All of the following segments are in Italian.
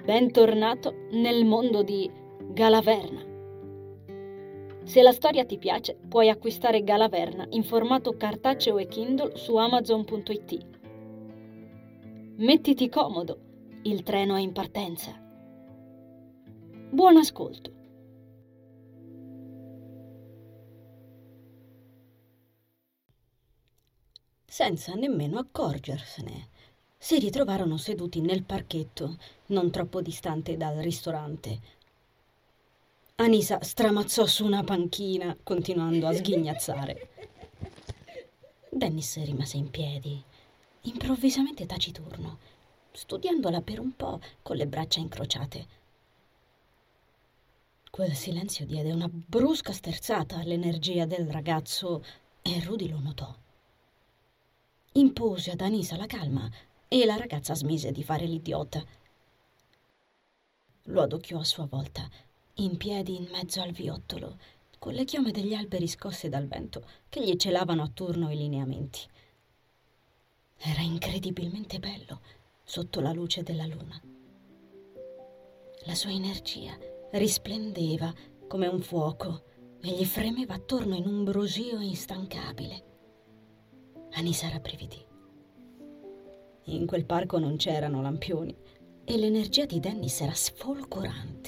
Bentornato nel mondo di Galaverna. Se la storia ti piace, puoi acquistare Galaverna in formato cartaceo e Kindle su Amazon.it. Mettiti comodo, il treno è in partenza. Buon ascolto. Senza nemmeno accorgersene, si ritrovarono seduti nel parchetto, non troppo distante dal ristorante. Anisa stramazzò su una panchina, continuando a sghignazzare. Dennis rimase in piedi, improvvisamente taciturno, studiandola per un po' con le braccia incrociate. Quel silenzio diede una brusca sterzata all'energia del ragazzo e Rudy lo notò. Impose ad Anisa la calma e la ragazza smise di fare l'idiota. Lo adocchiò a sua volta, in piedi in mezzo al viottolo, con le chiome degli alberi scosse dal vento che gli celavano attorno i lineamenti. Era incredibilmente bello sotto la luce della luna. La sua energia risplendeva come un fuoco e gli fremeva attorno in un brusio instancabile. Anisa rabbrividì. In quel parco non c'erano lampioni e l'energia di Dennis era sfolgorante.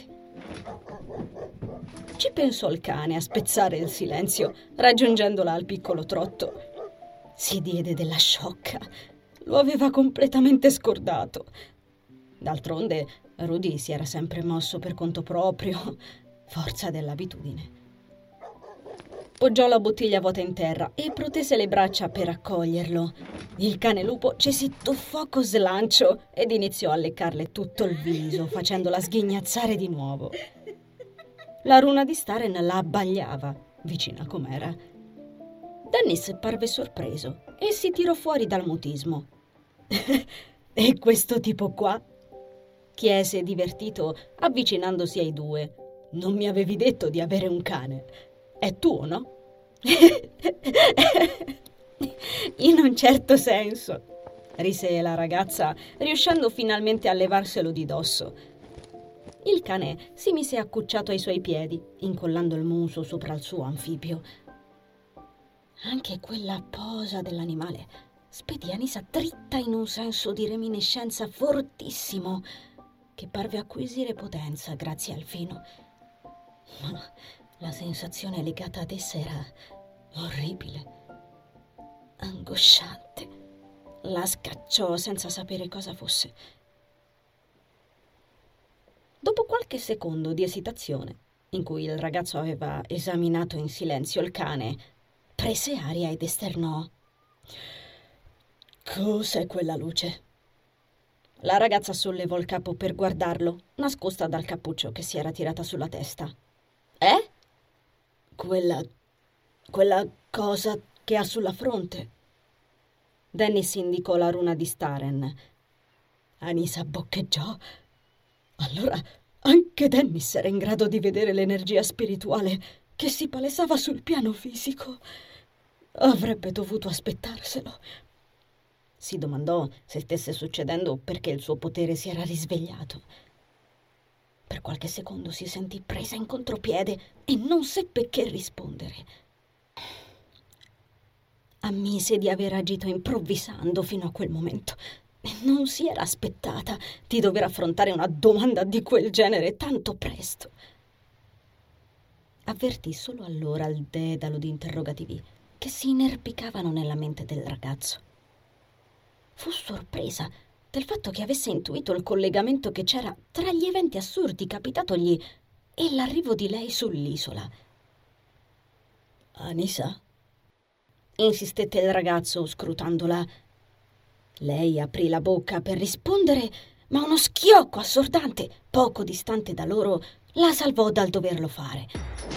Ci pensò il cane a spezzare il silenzio, raggiungendola al piccolo trotto. Si diede della sciocca. Lo aveva completamente scordato. D'altronde, Rudy si era sempre mosso per conto proprio, forza dell'abitudine. Poggiò la bottiglia vuota in terra e protese le braccia per accoglierlo. Il cane lupo ci si tuffò con slancio ed iniziò a leccarle tutto il viso, facendola sghignazzare di nuovo. La runa di Staren la abbagliava, vicina com'era. Dennis parve sorpreso e si tirò fuori dal mutismo. «E questo tipo qua?» chiese divertito, avvicinandosi ai due. «Non mi avevi detto di avere un cane. È tuo, no?» «In un certo senso», rise la ragazza, riuscendo finalmente a levarselo di dosso. Il cane si mise accucciato ai suoi piedi, incollando il muso sopra il suo anfibio. Anche quella posa dell'animale spedì Anisa dritta in un senso di reminiscenza fortissimo, che parve acquisire potenza grazie al vino. Ma la sensazione legata ad essa era orribile, angosciante. La scacciò senza sapere cosa fosse. Dopo qualche secondo di esitazione, in cui il ragazzo aveva esaminato in silenzio il cane, prese aria ed esternò: «Cos'è quella luce?» La ragazza sollevò il capo per guardarlo, nascosta dal cappuccio che si era tirata sulla testa. «Eh?» Quella cosa che ha sulla fronte. Dennis indicò la runa di Staren. Anisa boccheggiò. Allora anche Dennis era in grado di vedere l'energia spirituale che si palesava sul piano fisico. Avrebbe dovuto aspettarselo. Si domandò se stesse succedendo perché il suo potere si era risvegliato. Per qualche secondo si sentì presa in contropiede e non seppe che rispondere. Ammise di aver agito improvvisando fino a quel momento e non si era aspettata di dover affrontare una domanda di quel genere tanto presto. Avvertì solo allora il dedalo di interrogativi che si inerpicavano nella mente del ragazzo. Fu sorpresa del fatto che avesse intuito il collegamento che c'era tra gli eventi assurdi capitatogli e l'arrivo di lei sull'isola. «Anisa?» insistette il ragazzo, scrutandola. Lei aprì la bocca per rispondere, ma uno schiocco assordante, poco distante da loro, la salvò dal doverlo fare.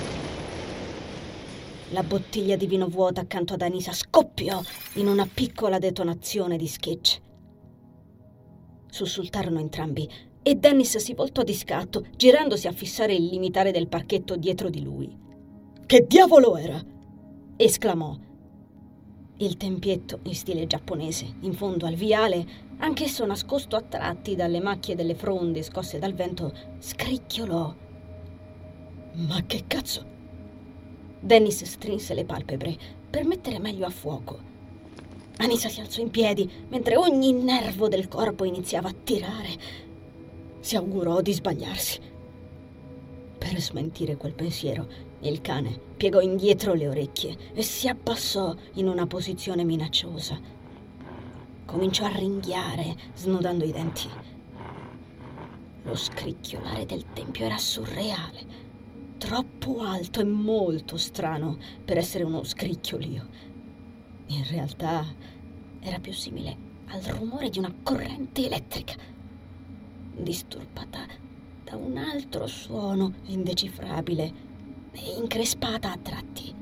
La bottiglia di vino vuota accanto ad Anisa scoppiò in una piccola detonazione di sketch. Sussultarono entrambi e Dennis si voltò di scatto, girandosi a fissare il limitare del parchetto dietro di lui. «Che diavolo era?» esclamò. Il tempietto, in stile giapponese, in fondo al viale, anch'esso nascosto a tratti dalle macchie delle fronde scosse dal vento, scricchiolò. Ma che cazzo? Dennis strinse le palpebre per mettere meglio a fuoco. Anissa si alzò in piedi mentre ogni nervo del corpo iniziava a tirare. Si augurò di sbagliarsi. Per smentire quel pensiero, il cane piegò indietro le orecchie e si abbassò in una posizione minacciosa. Cominciò a ringhiare, snodando i denti. Lo scricchiolare del tempio era surreale, troppo alto e molto strano per essere uno scricchiolio. In realtà era più simile al rumore di una corrente elettrica, disturbata da un altro suono indecifrabile e increspata a tratti.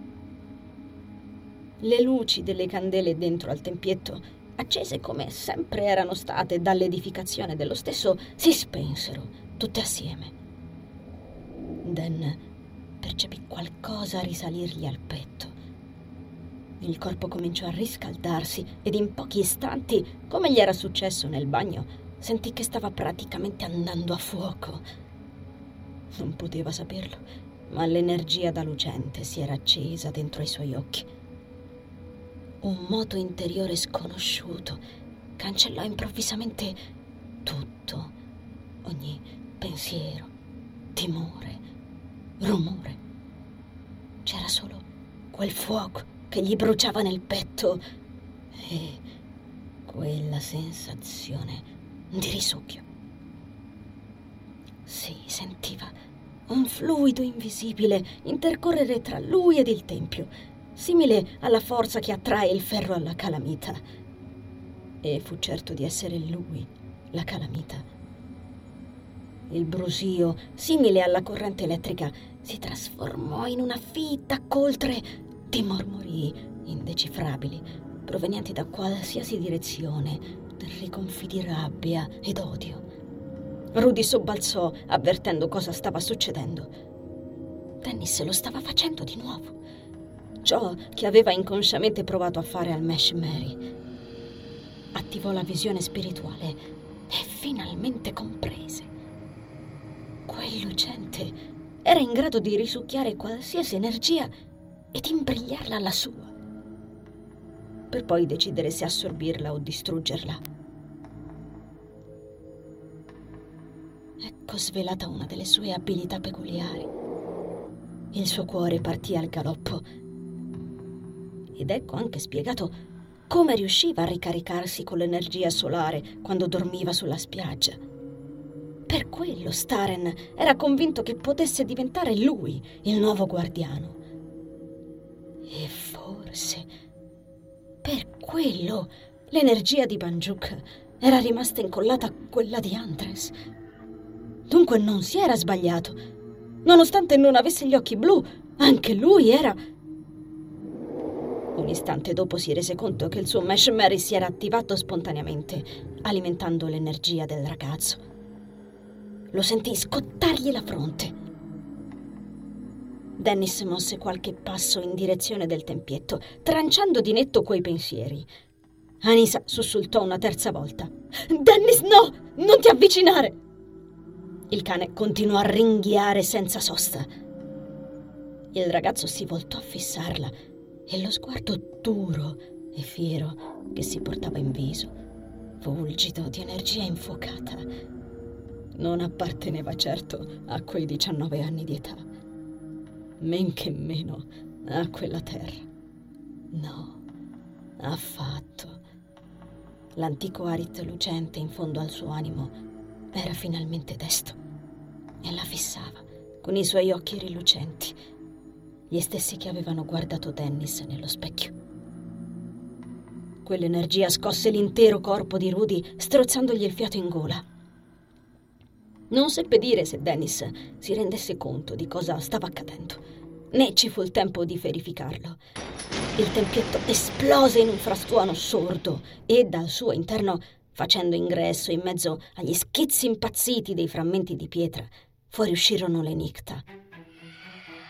Le luci delle candele dentro al tempietto, accese come sempre erano state dall'edificazione dello stesso, si spensero tutte assieme. Dan percepì qualcosa risalirgli al petto. Il corpo cominciò a riscaldarsi ed in pochi istanti, come gli era successo nel bagno, sentì che stava praticamente andando a fuoco. Non poteva saperlo, ma l'energia da lucente si era accesa dentro ai suoi occhi. Un moto interiore sconosciuto cancellò improvvisamente tutto, ogni pensiero, timore, rumore. C'era solo quel fuoco che gli bruciava nel petto e quella sensazione di risucchio. Si sentiva un fluido invisibile intercorrere tra lui ed il tempio, simile alla forza che attrae il ferro alla calamita. E fu certo di essere lui la calamita. Il brusio, simile alla corrente elettrica, si trasformò in una fitta coltre di mormori indecifrabili, provenienti da qualsiasi direzione, riconfi di rabbia ed odio. Rudy sobbalzò, avvertendo cosa stava succedendo. Dennis lo stava facendo di nuovo. Ciò che aveva inconsciamente provato a fare al Mesh Mary. Attivò la visione spirituale e finalmente comprese. Quel lucente era in grado di risucchiare qualsiasi energia ed imbrigliarla alla sua, per poi decidere se assorbirla o distruggerla. Ecco svelata una delle sue abilità peculiari. Il suo cuore partì al galoppo. Ed ecco anche spiegato come riusciva a ricaricarsi con l'energia solare quando dormiva sulla spiaggia. Per quello Staren era convinto che potesse diventare lui il nuovo guardiano. E forse per quello l'energia di Banjuk era rimasta incollata a quella di Andres. Dunque non si era sbagliato. Nonostante non avesse gli occhi blu, anche lui era... Un istante dopo si rese conto che il suo Mesh Mary si era attivato spontaneamente, alimentando l'energia del ragazzo. Lo sentì scottargli la fronte. Dennis mosse qualche passo in direzione del tempietto, tranciando di netto quei pensieri. Anissa sussultò una terza volta. «Dennis, no! Non ti avvicinare!» Il cane continuò a ringhiare senza sosta. Il ragazzo si voltò a fissarla e lo sguardo duro e fiero che si portava in viso, fulgido di energia infuocata, non apparteneva certo a quei 19 anni di età, men che meno a quella terra. No, affatto. L'antico Arit lucente in fondo al suo animo era finalmente desto e la fissava con i suoi occhi rilucenti, gli stessi che avevano guardato Dennis nello specchio. Quell'energia scosse l'intero corpo di Rudy, strozzandogli il fiato in gola. Non seppe dire se Dennis si rendesse conto di cosa stava accadendo, né ci fu il tempo di verificarlo. Il tempietto esplose in un frastuono sordo e dal suo interno, facendo ingresso in mezzo agli schizzi impazziti dei frammenti di pietra, fuoriuscirono le Nicta.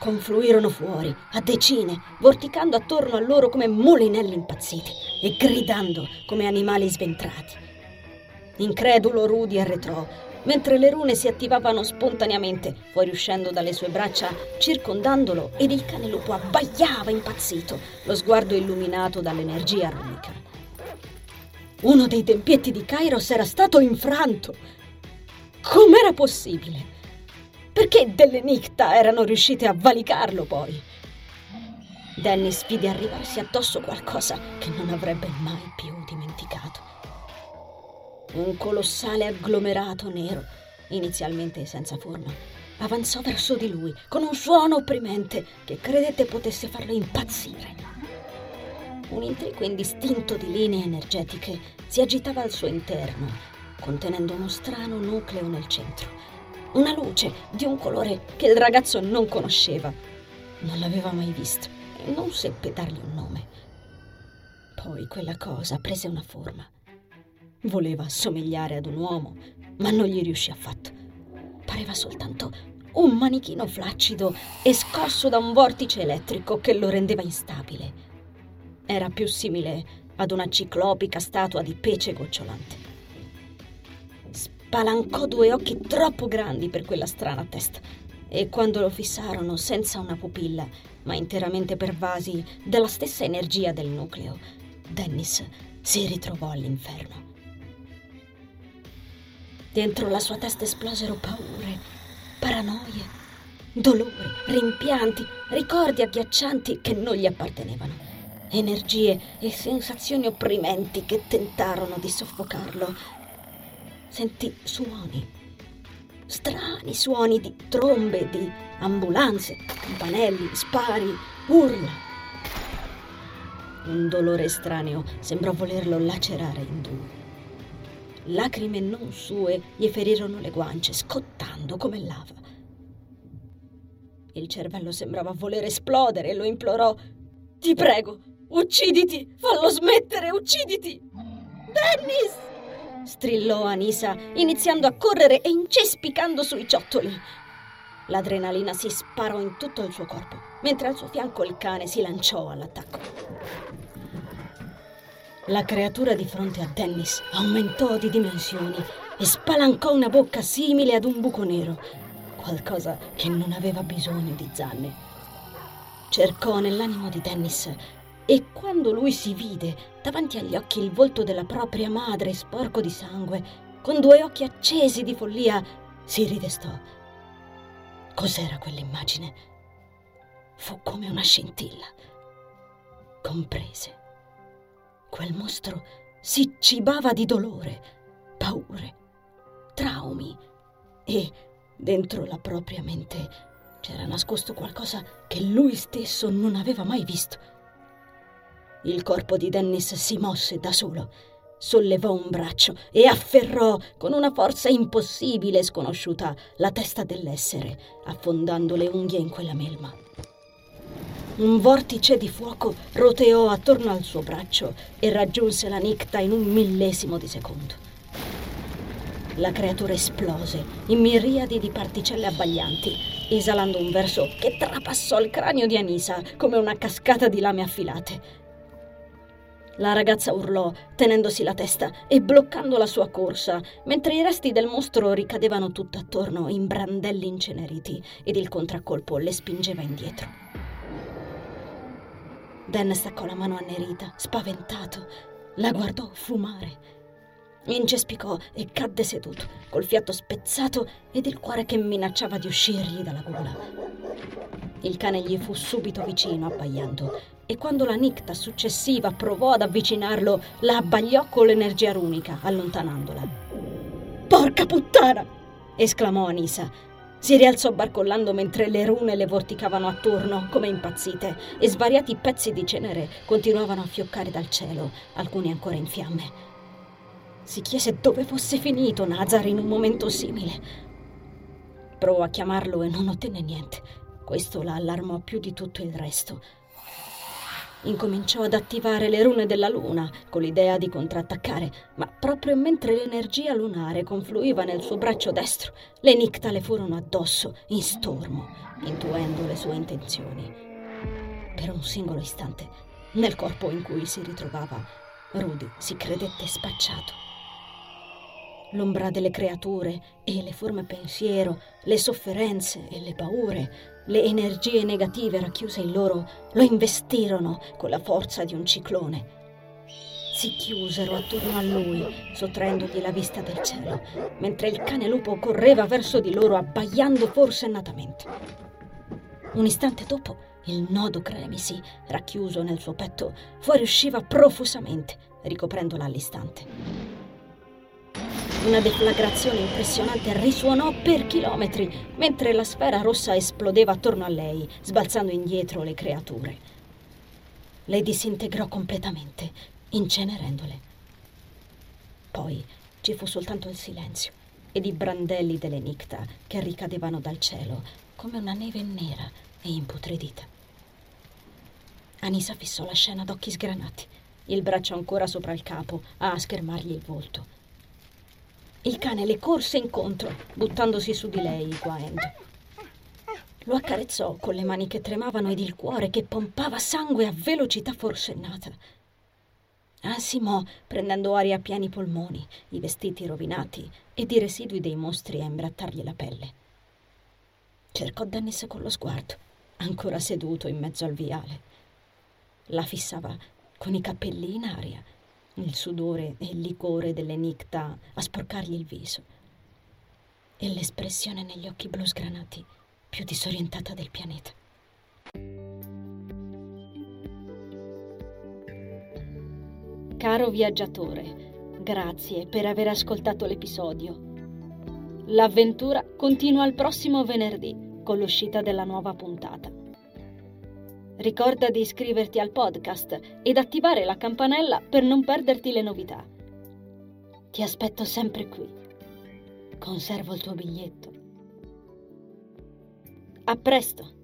confluirono fuori, a decine, vorticando attorno a loro come mulinelli impazziti e gridando come animali sventrati. Incredulo Rudy arretrò, mentre le rune si attivavano spontaneamente, fuoriuscendo dalle sue braccia, circondandolo, ed il cane lupo abbaiava impazzito, lo sguardo illuminato dall'energia runica. Uno dei tempietti di Kairos era stato infranto. Com'era possibile? Perché delle Nicta erano riuscite a valicarlo poi? Dennis vide arrivarsi addosso qualcosa che non avrebbe mai più dimenticato. Un colossale agglomerato nero, inizialmente senza forma, avanzò verso di lui con un suono opprimente che credette potesse farlo impazzire. Un intrico indistinto di linee energetiche si agitava al suo interno, contenendo uno strano nucleo nel centro. Una luce di un colore che il ragazzo non conosceva, non l'aveva mai visto e non seppe dargli un nome. Poi quella cosa prese una forma. Voleva assomigliare ad un uomo, ma non gli riuscì affatto. Pareva soltanto un manichino flaccido e scosso da un vortice elettrico che lo rendeva instabile. Era più simile ad una ciclopica statua di pece gocciolante. Spalancò 2 occhi troppo grandi per quella strana testa e quando lo fissarono senza una pupilla, ma interamente pervasi dalla stessa energia del nucleo, Dennis si ritrovò all'inferno. Dentro la sua testa esplosero paure, paranoie, dolori, rimpianti, ricordi agghiaccianti che non gli appartenevano, energie e sensazioni opprimenti che tentarono di soffocarlo. Sentì suoni, strani suoni di trombe, di ambulanze, campanelli, spari, urla. Un dolore estraneo sembrò volerlo lacerare in due. Lacrime non sue gli ferirono le guance, scottando come lava. Il cervello sembrava voler esplodere e lo implorò: «Ti prego, ucciditi! Fallo smettere, ucciditi!» «Dennis!» strillò Anisa, iniziando a correre e incespicando sui ciottoli. L'adrenalina si sparò in tutto il suo corpo, mentre al suo fianco il cane si lanciò all'attacco. La creatura di fronte a Dennis aumentò di dimensioni e spalancò una bocca simile ad un buco nero, qualcosa che non aveva bisogno di zanne. Cercò nell'animo di Dennis e quando lui si vide davanti agli occhi il volto della propria madre sporco di sangue, con 2 occhi accesi di follia, si ridestò. Cos'era quell'immagine? Fu come una scintilla. Comprese. Quel mostro si cibava di dolore, paure, traumi e dentro la propria mente c'era nascosto qualcosa che lui stesso non aveva mai visto. Il corpo di Dennis si mosse da solo, sollevò un braccio e afferrò con una forza impossibile e sconosciuta la testa dell'essere, affondando le unghie in quella melma. Un vortice di fuoco roteò attorno al suo braccio e raggiunse la Nicta in un millesimo di secondo. La creatura esplose in miriadi di particelle abbaglianti, esalando un verso che trapassò il cranio di Anisa come una cascata di lame affilate. La ragazza urlò, tenendosi la testa e bloccando la sua corsa, mentre i resti del mostro ricadevano tutt'attorno in brandelli inceneriti ed il contraccolpo le spingeva indietro. Dan staccò la mano annerita, spaventato. La guardò fumare. Incespicò e cadde seduto, col fiato spezzato ed il cuore che minacciava di uscirgli dalla gola. Il cane gli fu subito vicino, abbaiando, e quando la Nicta successiva provò ad avvicinarlo, la abbagliò con l'energia runica, allontanandola. «Porca puttana!» esclamò Anisa. Si rialzò barcollando mentre le rune le vorticavano attorno come impazzite e svariati pezzi di cenere continuavano a fioccare dal cielo, alcuni ancora in fiamme. Si chiese dove fosse finito Nazar in un momento simile. Provò a chiamarlo e non ottenne niente. Questo la allarmò più di tutto il resto. incominciò ad attivare le rune della luna con l'idea di contrattaccare, ma proprio mentre l'energia lunare confluiva nel suo braccio destro, le Nicta le furono addosso in stormo, intuendo le sue intenzioni. Per un singolo istante, nel corpo in cui si ritrovava, Rudy si credette spacciato. L'ombra delle creature e le forme pensiero, le sofferenze e le paure, le energie negative racchiuse in loro lo investirono con la forza di un ciclone. Si chiusero attorno a lui, sottraendogli la vista del cielo, mentre il cane lupo correva verso di loro abbaiando forsennatamente. Un istante dopo, il nodo cremisi, racchiuso nel suo petto, fuoriusciva profusamente, ricoprendola all'istante. Una deflagrazione impressionante risuonò per chilometri, mentre la sfera rossa esplodeva attorno a lei, sbalzando indietro le creature. Le disintegrò completamente, incenerendole. Poi ci fu soltanto il silenzio ed i brandelli delle Nicta che ricadevano dal cielo come una neve nera e imputridita. Anisa fissò la scena d'occhi sgranati, il braccio ancora sopra il capo a schermargli il volto. Il cane le corse incontro, buttandosi su di lei, guaendo. Lo accarezzò con le mani che tremavano ed il cuore che pompava sangue a velocità forsennata. Ansimò, prendendo aria a pieni polmoni, i vestiti rovinati ed i residui dei mostri a imbrattargli la pelle. Cercò Dennis con lo sguardo, ancora seduto in mezzo al viale. La fissava con i capelli in aria, il sudore e il liquore delle Nicta a sporcargli il viso, e l'espressione negli occhi blu sgranati più disorientata del pianeta. Caro viaggiatore, grazie per aver ascoltato l'episodio. L'avventura continua il prossimo venerdì con l'uscita della nuova puntata. Ricorda di iscriverti al podcast ed attivare la campanella per non perderti le novità. Ti aspetto sempre qui. Conservo il tuo biglietto. A presto!